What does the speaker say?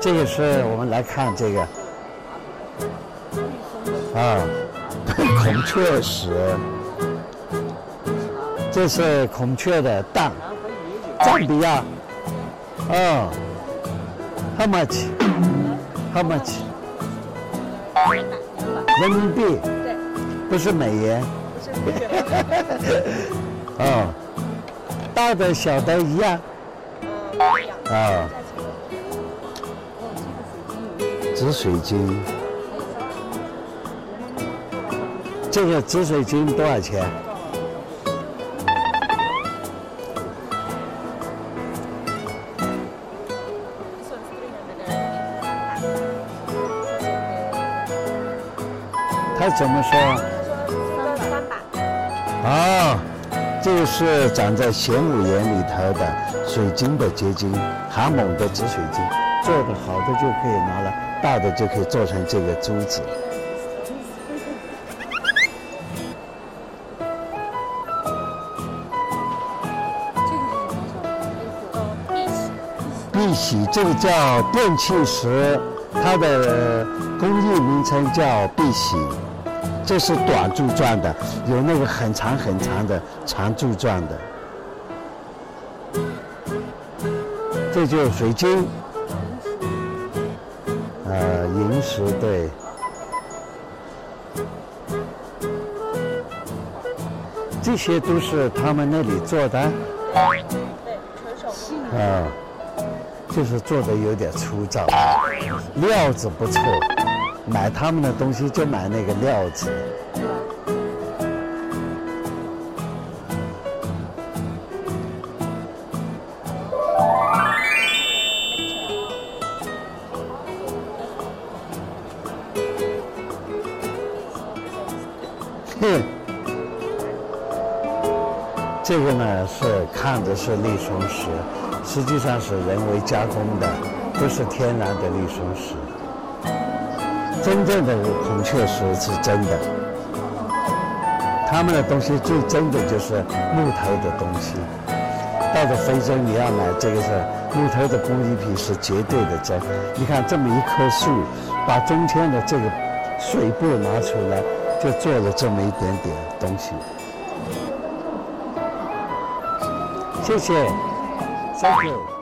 这个是我们来看这个啊，孔雀石，这是孔雀的蛋，赞比亚，哦 ，how much？ How much？ 人民币， 对， 不是美元。 不是哦，大的小的一样。 一样。 啊，紫水晶，这个紫水晶多少钱？他怎么说？ 他说300。 哦，这个是长在玄武岩里头的水晶的结晶，哈蒙的紫水晶，做的好的就可以拿了，大的就可以做成这个珠子。碧玺，这个叫电气石，它的工艺名称叫碧玺。这是短柱状的，有那个很长很长的长柱状的。这就是水晶，萤石，对。这些都是他们那里做的。 对，纯手工的。 就是做的有点粗糙，料子不错。买他们的东西就买那个料子。这个呢是看着是立松石，实际上是人为加工的，不是天然的立松石。真正的孔雀石是真的，他们的东西最真的就是木头的东西。到了非洲你要买这个是木头的工艺品是绝对的真。你看这么一棵树，把中间的这个水部拿出来，就做了这么一点点东西。谢谢 ，Thank you。